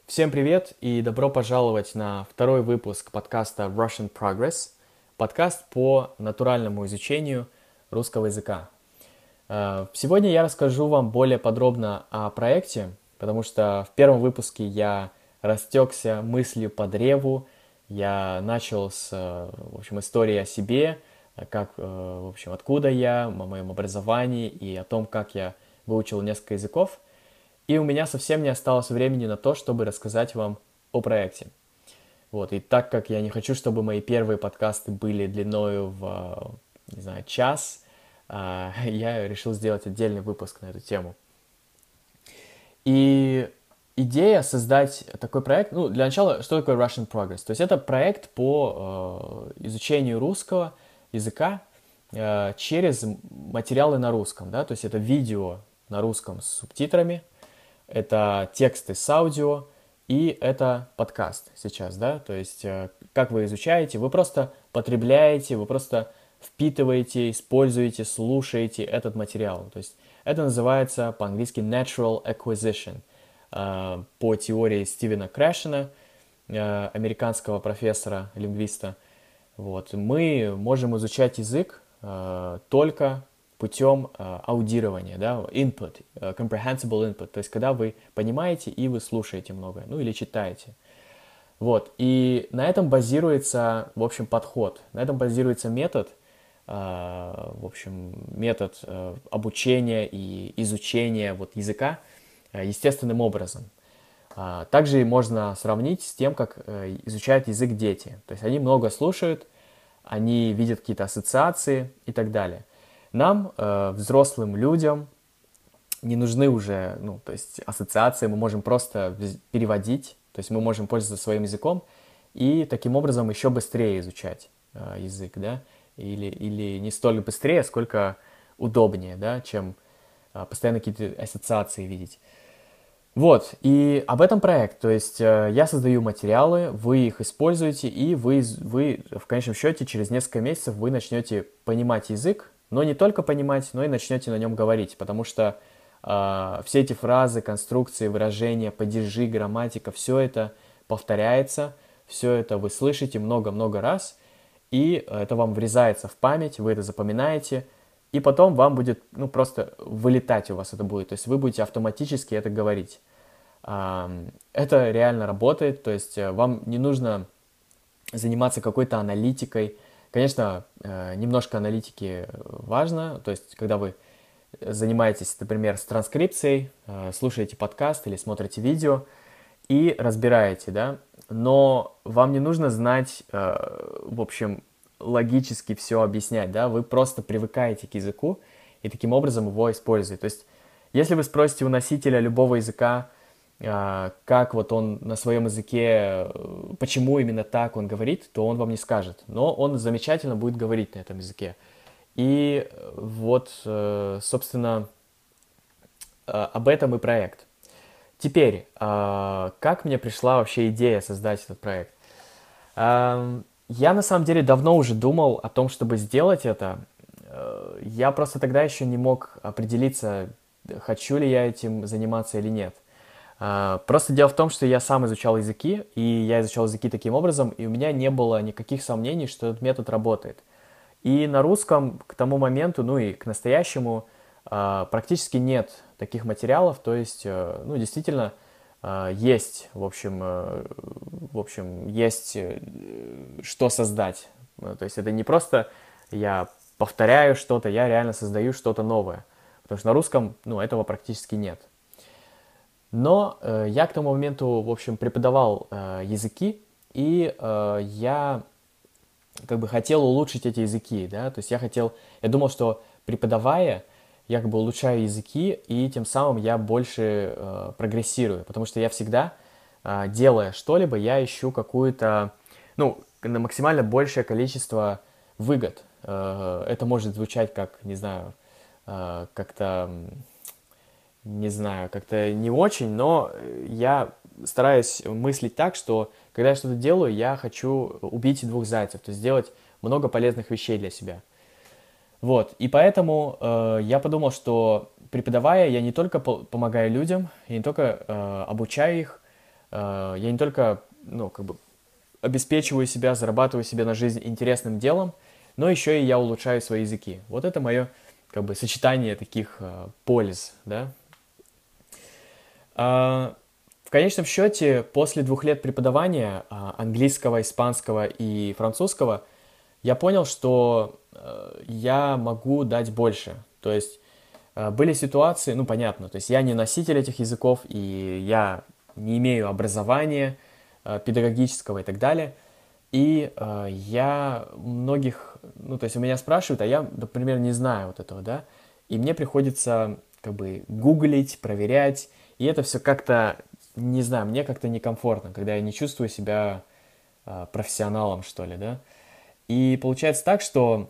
Всем привет и добро пожаловать на второй выпуск подкаста Russian Progress, подкаст по натуральному изучению русского языка. Сегодня я расскажу вам более подробно о проекте, потому что в первом выпуске я растекся мыслью по древу, я начал с, истории о себе, откуда я, о моем образовании и о том, как я выучил несколько языков. И у меня совсем не осталось времени на то, чтобы рассказать вам о проекте. И так как я не хочу, чтобы мои первые подкасты были длиною в, не знаю, час, я решил сделать отдельный выпуск на эту тему. И идея создать такой проект, для начала, что такое Russian Progress? То есть это проект по изучению русского языка через материалы на русском, да, то есть это видео на русском с субтитрами, это тексты с аудио, и это подкаст сейчас, да, то есть как вы изучаете, вы просто потребляете, вы просто впитываете, используете, слушаете этот материал. То есть это называется по-английски natural acquisition. По теории Стивена Крашена, американского профессора, лингвиста, мы можем изучать язык только путем аудирования, да, input, comprehensible input, то есть когда вы понимаете и вы слушаете многое, или читаете. И на этом базируется, подход, на этом базируется метод, метод обучения и изучения языка естественным образом. Также можно сравнить с тем, как изучают язык дети. То есть они много слушают, они видят какие-то ассоциации и так далее. Нам, взрослым людям, не нужны уже, ассоциации, мы можем просто переводить, то есть мы можем пользоваться своим языком и таким образом еще быстрее изучать язык, да, или не столь быстрее, сколько удобнее, да, чем постоянно какие-то ассоциации видеть. И об этом проект, то есть я создаю материалы, вы их используете, и вы в конечном счете через несколько месяцев вы начнете понимать язык, но не только понимать, но и начнете на нем говорить, потому что все эти фразы, конструкции, выражения, падежи, грамматика, все это повторяется, все это вы слышите много-много раз, и это вам врезается в память, вы это запоминаете, и потом вам будет, просто вылетать у вас это будет, то есть вы будете автоматически это говорить. Это реально работает, то есть вам не нужно заниматься какой-то аналитикой. Конечно, немножко аналитики важно, то есть когда вы занимаетесь, например, с транскрипцией, слушаете подкаст или смотрите видео и разбираете, да, но вам не нужно знать, логически все объяснять, да, вы просто привыкаете к языку и таким образом его используете. То есть, если вы спросите у носителя любого языка, как он на своем языке, почему именно так он говорит, то он вам не скажет, но он замечательно будет говорить на этом языке. И собственно, об этом и проект. Теперь, как мне пришла вообще идея создать этот проект? Я на самом деле давно уже думал о том, чтобы сделать это. Я просто тогда еще не мог определиться, хочу ли я этим заниматься или нет. Просто дело в том, что я сам изучал языки, и я изучал языки таким образом, и у меня не было никаких сомнений, что этот метод работает. И на русском к тому моменту, и к настоящему, практически нет таких материалов, то есть, действительно, есть, есть что создать. То есть это не просто я повторяю что-то, я реально создаю что-то новое. Потому что на русском, этого практически нет. Но я к тому моменту, преподавал языки, и я хотел улучшить эти языки, да, то есть я думал, что преподавая, я улучшаю языки, и тем самым я больше прогрессирую, потому что я всегда, делая что-либо, я ищу какую-то, максимально большее количество выгод. Это может звучать как, не знаю, как-то не очень, но я стараюсь мыслить так, что когда я что-то делаю, я хочу убить двух зайцев, то есть сделать много полезных вещей для себя. И поэтому я подумал, что преподавая, я не только помогаю людям, я не только обучаю их, я не только, ну, как бы обеспечиваю себя, зарабатываю себе на жизнь интересным делом, но еще и я улучшаю свои языки. Вот это мое, как бы, сочетание таких польз, да. В конечном счете, после 2 лет преподавания английского, испанского и французского, я понял, что я могу дать больше. То есть были ситуации, ну понятно, то есть я не носитель этих языков, и я не имею образования педагогического и так далее. И я многих, ну то есть у меня спрашивают, а я, например, не знаю вот этого, да, и мне приходится как бы гуглить, проверять, и это все как-то, не знаю, мне как-то некомфортно, когда я не чувствую себя профессионалом, что ли, да. И получается так, что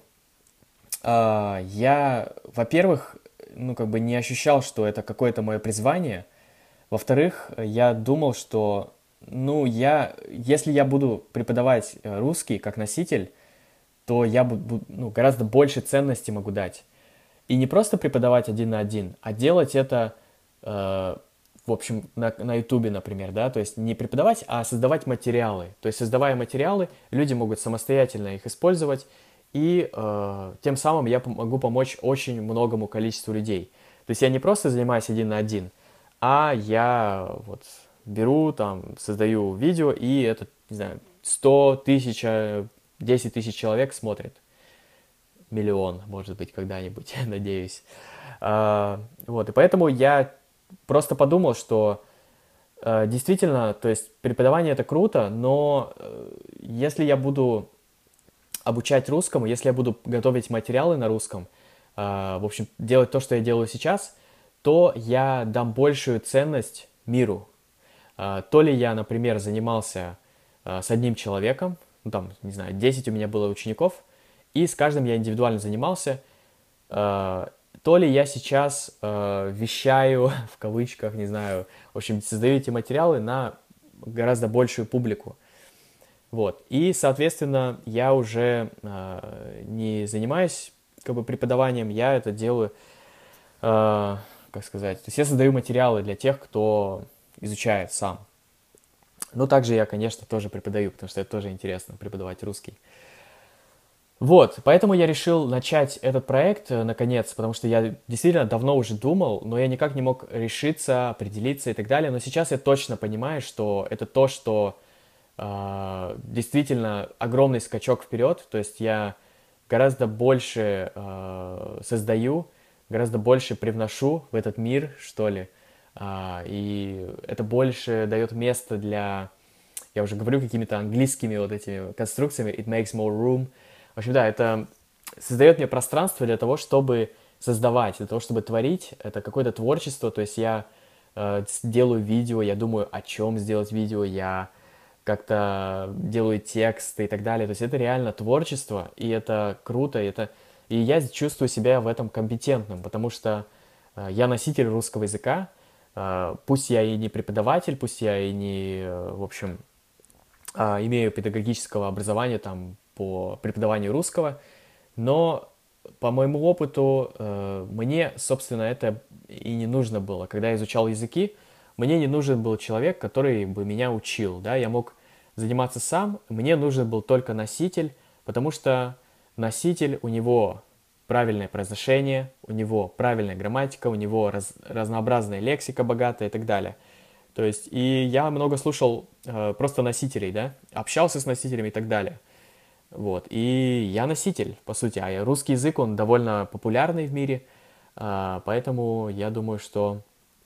я, во-первых, ну, как бы не ощущал, что это какое-то мое призвание. Во-вторых, я думал, что, ну, если я буду преподавать русский как носитель, то я ну, гораздо больше ценности могу дать. И не просто преподавать 1 на 1, а делать это, в общем, на Ютубе, например, да, то есть не преподавать, а создавать материалы. То есть, создавая материалы, люди могут самостоятельно их использовать, и тем самым я могу помочь очень многому количеству людей. То есть я не просто занимаюсь 1 на 1, а я вот беру, там, создаю видео, и это, не знаю, 100 тысяч, 10 тысяч человек смотрит. Миллион, может быть, когда-нибудь, надеюсь. Вот, и поэтому я просто подумал, что действительно, то есть преподавание это круто, но если я буду обучать русскому, если я буду готовить материалы на русском, в общем, делать то, что я делаю сейчас, то я дам большую ценность миру. То ли я, например, занимался с одним человеком, ну там, не знаю, 10 у меня было учеников, и с каждым я индивидуально занимался, то ли я сейчас вещаю, в кавычках, не знаю, в общем, создаю эти материалы на гораздо большую публику. Вот. И, соответственно, я уже не занимаюсь как бы преподаванием, я это делаю, как сказать, то есть я создаю материалы для тех, кто изучает сам. Но также я, конечно, тоже преподаю, потому что это тоже интересно, преподавать русский. Вот, поэтому я решил начать этот проект, наконец, потому что я действительно давно уже думал, но я никак не мог решиться, определиться и так далее. Но сейчас я точно понимаю, что это то, что действительно огромный скачок вперед. То есть я гораздо больше создаю, гораздо больше привношу в этот мир, что ли. И это больше дает место для, я уже говорю какими-то английскими вот этими конструкциями, it makes more room. В общем, да, это создает мне пространство для того, чтобы создавать, для того, чтобы творить. Это какое-то творчество, то есть я делаю видео, я думаю, о чем сделать видео, я как-то делаю тексты и так далее. То есть это реально творчество, и это круто, и я чувствую себя в этом компетентным, потому что я носитель русского языка, пусть я и не преподаватель, пусть я и не, в общем, имею педагогического образования там по преподаванию русского, но по моему опыту мне, собственно, это и не нужно было. Когда я изучал языки, мне не нужен был человек, который бы меня учил, да, я мог заниматься сам, мне нужен был только носитель, потому что носитель, у него правильное произношение, у него правильная грамматика, у него разнообразная лексика богатая и так далее. То есть, и я много слушал просто носителей, да, общался с носителями и так далее. Вот, и я носитель, по сути, а русский язык, он довольно популярный в мире, поэтому я думаю, что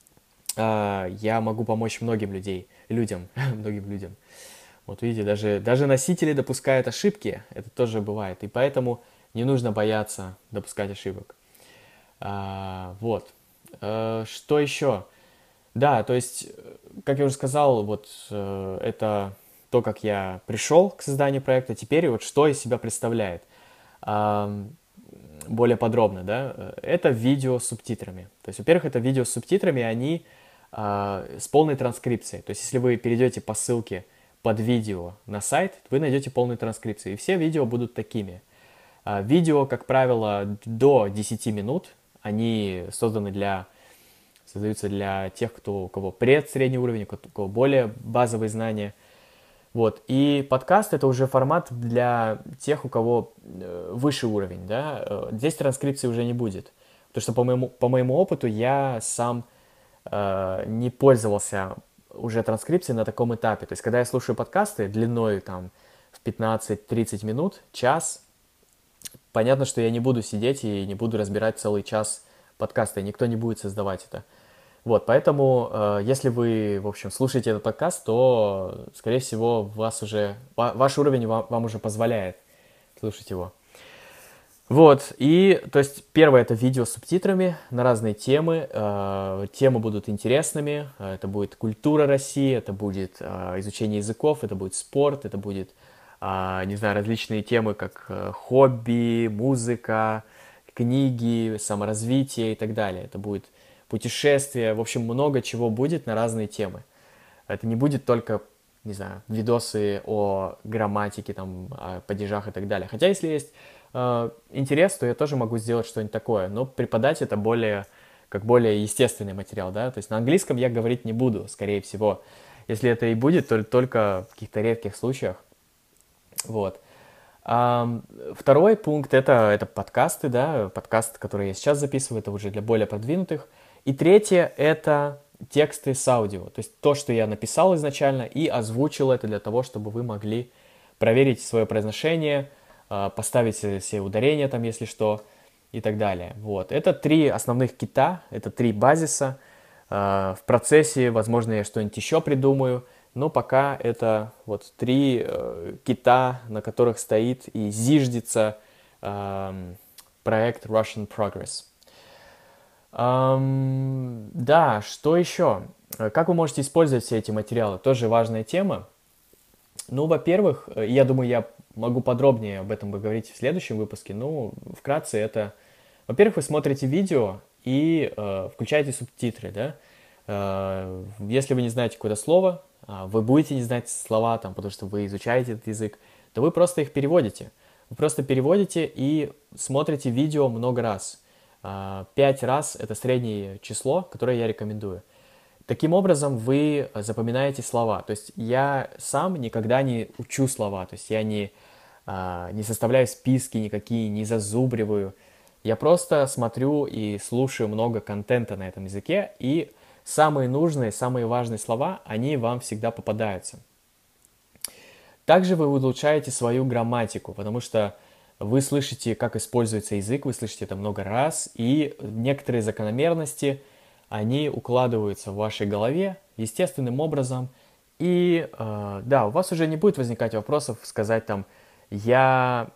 я могу помочь людям, многим людям. Вот видите, даже носители допускают ошибки, это тоже бывает, и поэтому не нужно бояться допускать ошибок. Вот. Что еще? Да, то есть, как я уже сказал, вот это то, как я пришел к созданию проекта. Теперь вот что из себя представляет более подробно, да, это видео с субтитрами. То есть, во-первых, это видео с субтитрами, они с полной транскрипцией. То есть, если вы перейдете по ссылке под видео на сайт, вы найдете полную транскрипцию, и все видео будут такими. Видео, как правило, до 10 минут, они созданы для создаются для тех, у кого предсредний уровень, у кого более базовые знания. Вот. И подкаст — это уже формат для тех, у кого выше уровень, да. Здесь транскрипции уже не будет. Потому что по моему опыту я сам не пользовался уже транскрипцией на таком этапе. То есть, когда я слушаю подкасты длиной там в 15-30 минут, час, понятно, что я не буду сидеть и не буду разбирать целый час подкаста, и никто не будет создавать это. Вот, поэтому, если вы, в общем, слушаете этот подкаст, то, скорее всего, ваш уровень вам уже позволяет слушать его. Вот, и, то есть, первое — это видео с субтитрами на разные темы. Темы будут интересными. Это будет культура России, это будет изучение языков, это будет спорт, это будет, не знаю, различные темы, как хобби, музыка, книги, саморазвитие и так далее. Это будет путешествия, в общем, много чего будет на разные темы. Это не будет только, не знаю, видосы о грамматике, там, о падежах и так далее. Хотя, если есть интерес, то я тоже могу сделать что-нибудь такое, но преподать это более естественный материал, да, то есть на английском я говорить не буду, скорее всего. Если это и будет, то только в каких-то редких случаях. Вот. Второй пункт — это подкасты, да, подкаст, который я сейчас записываю, это уже для более продвинутых. И третье — это тексты с аудио, то есть то, что я написал изначально и озвучил это для того, чтобы вы могли проверить свое произношение, поставить все ударения там, если что, и так далее. Вот. Это 3 основных кита, это 3 базиса. В процессе, возможно, я что-нибудь еще придумаю, но пока это вот 3 кита, на которых стоит и зиждется проект Russian Progress. Да, что еще? Как вы можете использовать все эти материалы? Тоже важная тема. Ну, во-первых, я думаю, я могу подробнее об этом поговорить в следующем выпуске. Ну, вкратце это... Во-первых, вы смотрите видео и включаете субтитры, да? Если вы не знаете какое-то слово, вы будете не знать слова, там, потому что вы изучаете этот язык, то вы просто их переводите. Вы просто переводите и смотрите видео много раз. 5 раз — это среднее число, которое я рекомендую. Таким образом, вы запоминаете слова. То есть я сам никогда не учу слова, то есть я не составляю списки никакие, не зазубриваю. Я просто смотрю и слушаю много контента на этом языке, и самые нужные, самые важные слова, они вам всегда попадаются. Также вы улучшаете свою грамматику, потому что вы слышите, как используется язык, вы слышите это много раз, и некоторые закономерности, они укладываются в вашей голове естественным образом. И да, у вас уже не будет возникать вопросов сказать там: я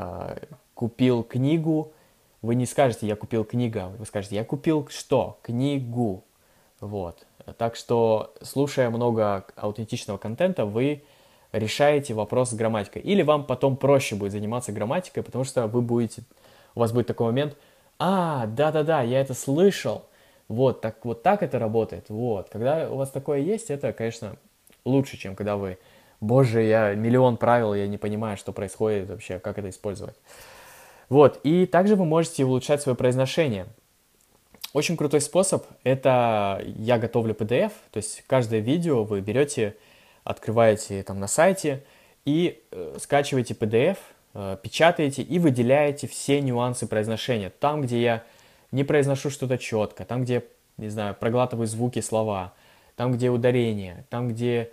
купил книгу. Вы не скажете: я купил книгу, вы скажете: я купил что? Книгу. Вот. Так что, слушая много аутентичного контента, вы решаете вопрос с грамматикой. Или вам потом проще будет заниматься грамматикой, потому что у вас будет такой момент: да-да-да, я это слышал. Вот так это работает. Вот. Когда у вас такое есть, это, конечно, лучше, чем когда вы: боже, я миллион правил, я не понимаю, что происходит вообще, как это использовать. Вот. И также вы можете улучшать свое произношение. Очень крутой способ — это я готовлю PDF, то есть каждое видео вы берете, открываете там на сайте и скачиваете PDF, печатаете и выделяете все нюансы произношения. Там, где я не произношу что-то четко, там, где, не знаю, проглатываю звуки, слова, там, где ударение, там, где,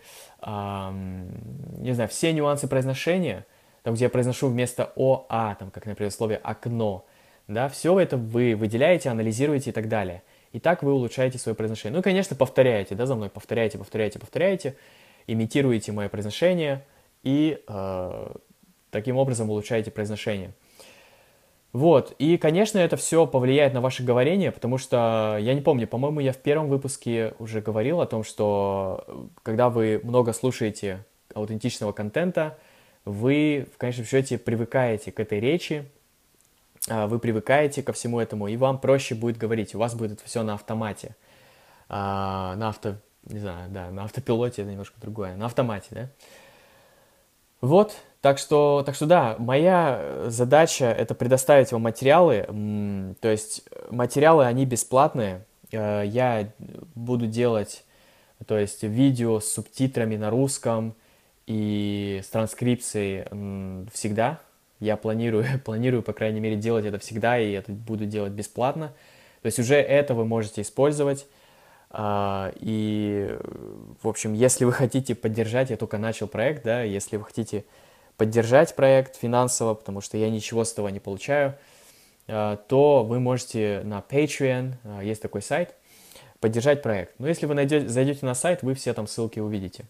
не знаю, все нюансы произношения, там, где я произношу вместо «о», там, как, например, в слове «окно», да, все это вы выделяете, анализируете и так далее. И так вы улучшаете свое произношение. Ну и, конечно, повторяете, да, за мной, повторяете, имитируете мое произношение и таким образом улучшаете произношение. Вот, и, конечно, это все повлияет на ваше говорение, потому что, я не помню, по-моему, я в первом выпуске уже говорил о том, что когда вы много слушаете аутентичного контента, вы, в конечном счете, привыкаете к этой речи, вы привыкаете ко всему этому, и вам проще будет говорить, у вас будет это все на автомате, на автопилоте это немножко другое, на автомате, да. Вот, так что да, моя задача — это предоставить вам материалы, то есть материалы, они бесплатные, я буду делать, то есть видео с субтитрами на русском и с транскрипцией всегда. Я планирую, по крайней мере, делать это всегда, и это буду делать бесплатно. То есть уже это вы можете использовать. И, в общем, если вы хотите поддержать, я только начал проект, да, если вы хотите поддержать проект финансово, потому что я ничего с этого не получаю, то вы можете на Patreon, есть такой сайт, поддержать проект. Но если вы зайдете на сайт, вы все там ссылки увидите.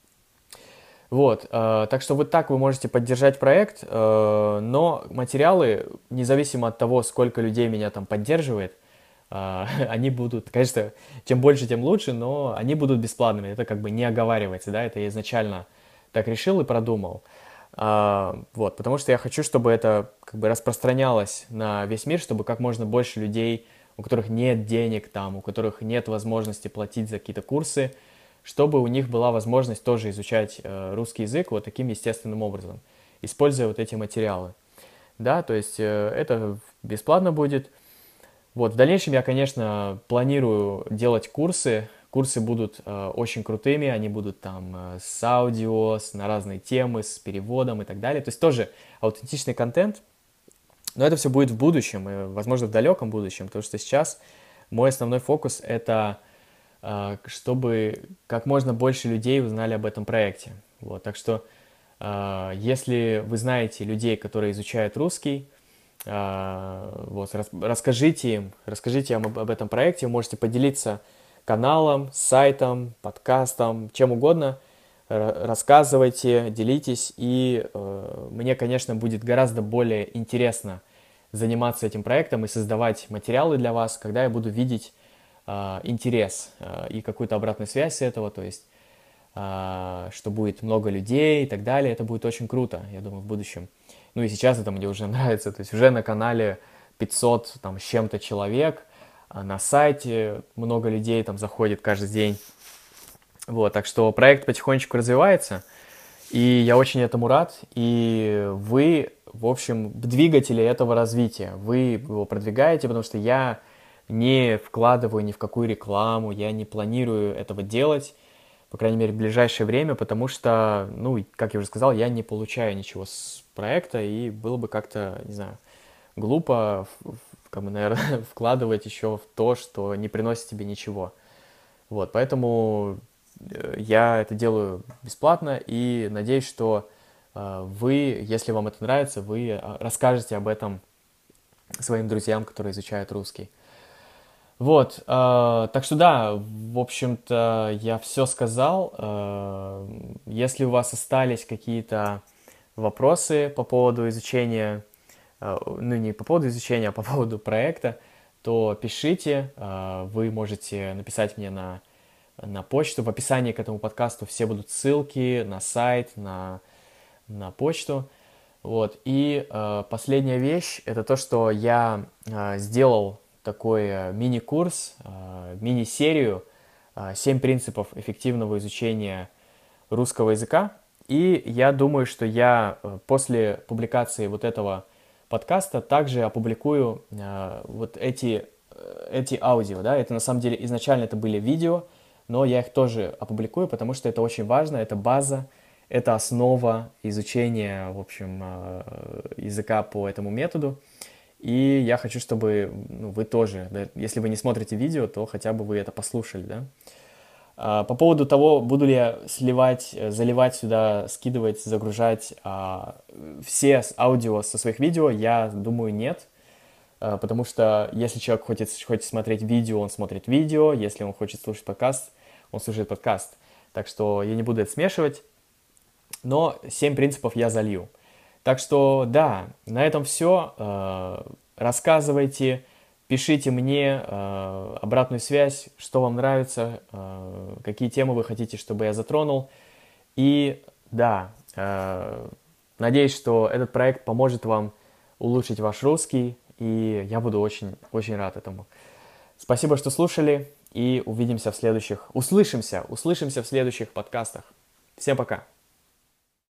Вот, так что вот так вы можете поддержать проект, но материалы, независимо от того, сколько людей меня там поддерживает, они будут, конечно, чем больше, тем лучше, но они будут бесплатными. Это как бы не оговаривается, да, это я изначально так решил и продумал. Вот, потому что я хочу, чтобы это как бы распространялось на весь мир, чтобы как можно больше людей, у которых нет денег там, у которых нет возможности платить за какие-то курсы, чтобы у них была возможность тоже изучать русский язык вот таким естественным образом, используя вот эти материалы. Да, то есть это бесплатно будет. Вот, в дальнейшем я, конечно, планирую делать курсы. Курсы будут очень крутыми, они будут там с аудио, на разные темы, с переводом и так далее. То есть тоже аутентичный контент, но это все будет в будущем, и, возможно, в далеком будущем, потому что сейчас мой основной фокус — это чтобы как можно больше людей узнали об этом проекте. Вот, так что, если вы знаете людей, которые изучают русский, вот, расскажите им об этом проекте, вы можете поделиться каналом, сайтом, подкастом, чем угодно, рассказывайте, делитесь, и мне, конечно, будет гораздо более интересно заниматься этим проектом и создавать материалы для вас, когда я буду видеть интерес и какую-то обратную связь с этого, то есть, что будет много людей и так далее, это будет очень круто, я думаю, в будущем. Ну и сейчас это мне уже нравится, то есть уже на канале 500 там с чем-то человек, на сайте много людей там заходит каждый день. Вот, так что проект потихонечку развивается, и я очень этому рад, и вы, в общем, двигатели этого развития, вы его продвигаете, потому что я не вкладываю ни в какую рекламу, я не планирую этого делать, по крайней мере, в ближайшее время, потому что, ну, как я уже сказал, я не получаю ничего с проекта, и было бы как-то, не знаю, глупо, как бы, наверное, вкладывать еще в то, что не приносит тебе ничего. Вот, поэтому я это делаю бесплатно, и надеюсь, что вы, если вам это нравится, вы расскажете об этом своим друзьям, которые изучают русский. Вот, так что да, в общем-то, я все сказал. Если у вас остались какие-то вопросы по поводу изучения, ну не по поводу изучения, а по поводу проекта, то пишите, вы можете написать мне на почту. В описании к этому подкасту все будут ссылки на сайт, на почту. Вот, и последняя вещь, это то, что я сделал такой мини-курс, мини-серию «7 принципов эффективного изучения русского языка». И я думаю, что я после публикации вот этого подкаста также опубликую вот эти аудио. Да? Это на самом деле изначально это были видео, но я их тоже опубликую, потому что это очень важно, это база, это основа изучения, в общем, языка по этому методу. И я хочу, чтобы вы тоже, да, если вы не смотрите видео, то хотя бы вы это послушали, да. По поводу того, буду ли я заливать сюда, скидывать, загружать все аудио со своих видео, я думаю, нет. Потому что если человек хочет смотреть видео, он смотрит видео, если он хочет слушать подкаст, он слушает подкаст. Так что я не буду это смешивать, но 7 принципов я залью. Так что, да, на этом все. Рассказывайте, пишите мне обратную связь, что вам нравится, какие темы вы хотите, чтобы я затронул. И, да, надеюсь, что этот проект поможет вам улучшить ваш русский, и я буду очень, очень рад этому. Спасибо, что слушали, и услышимся в следующих подкастах. Всем пока!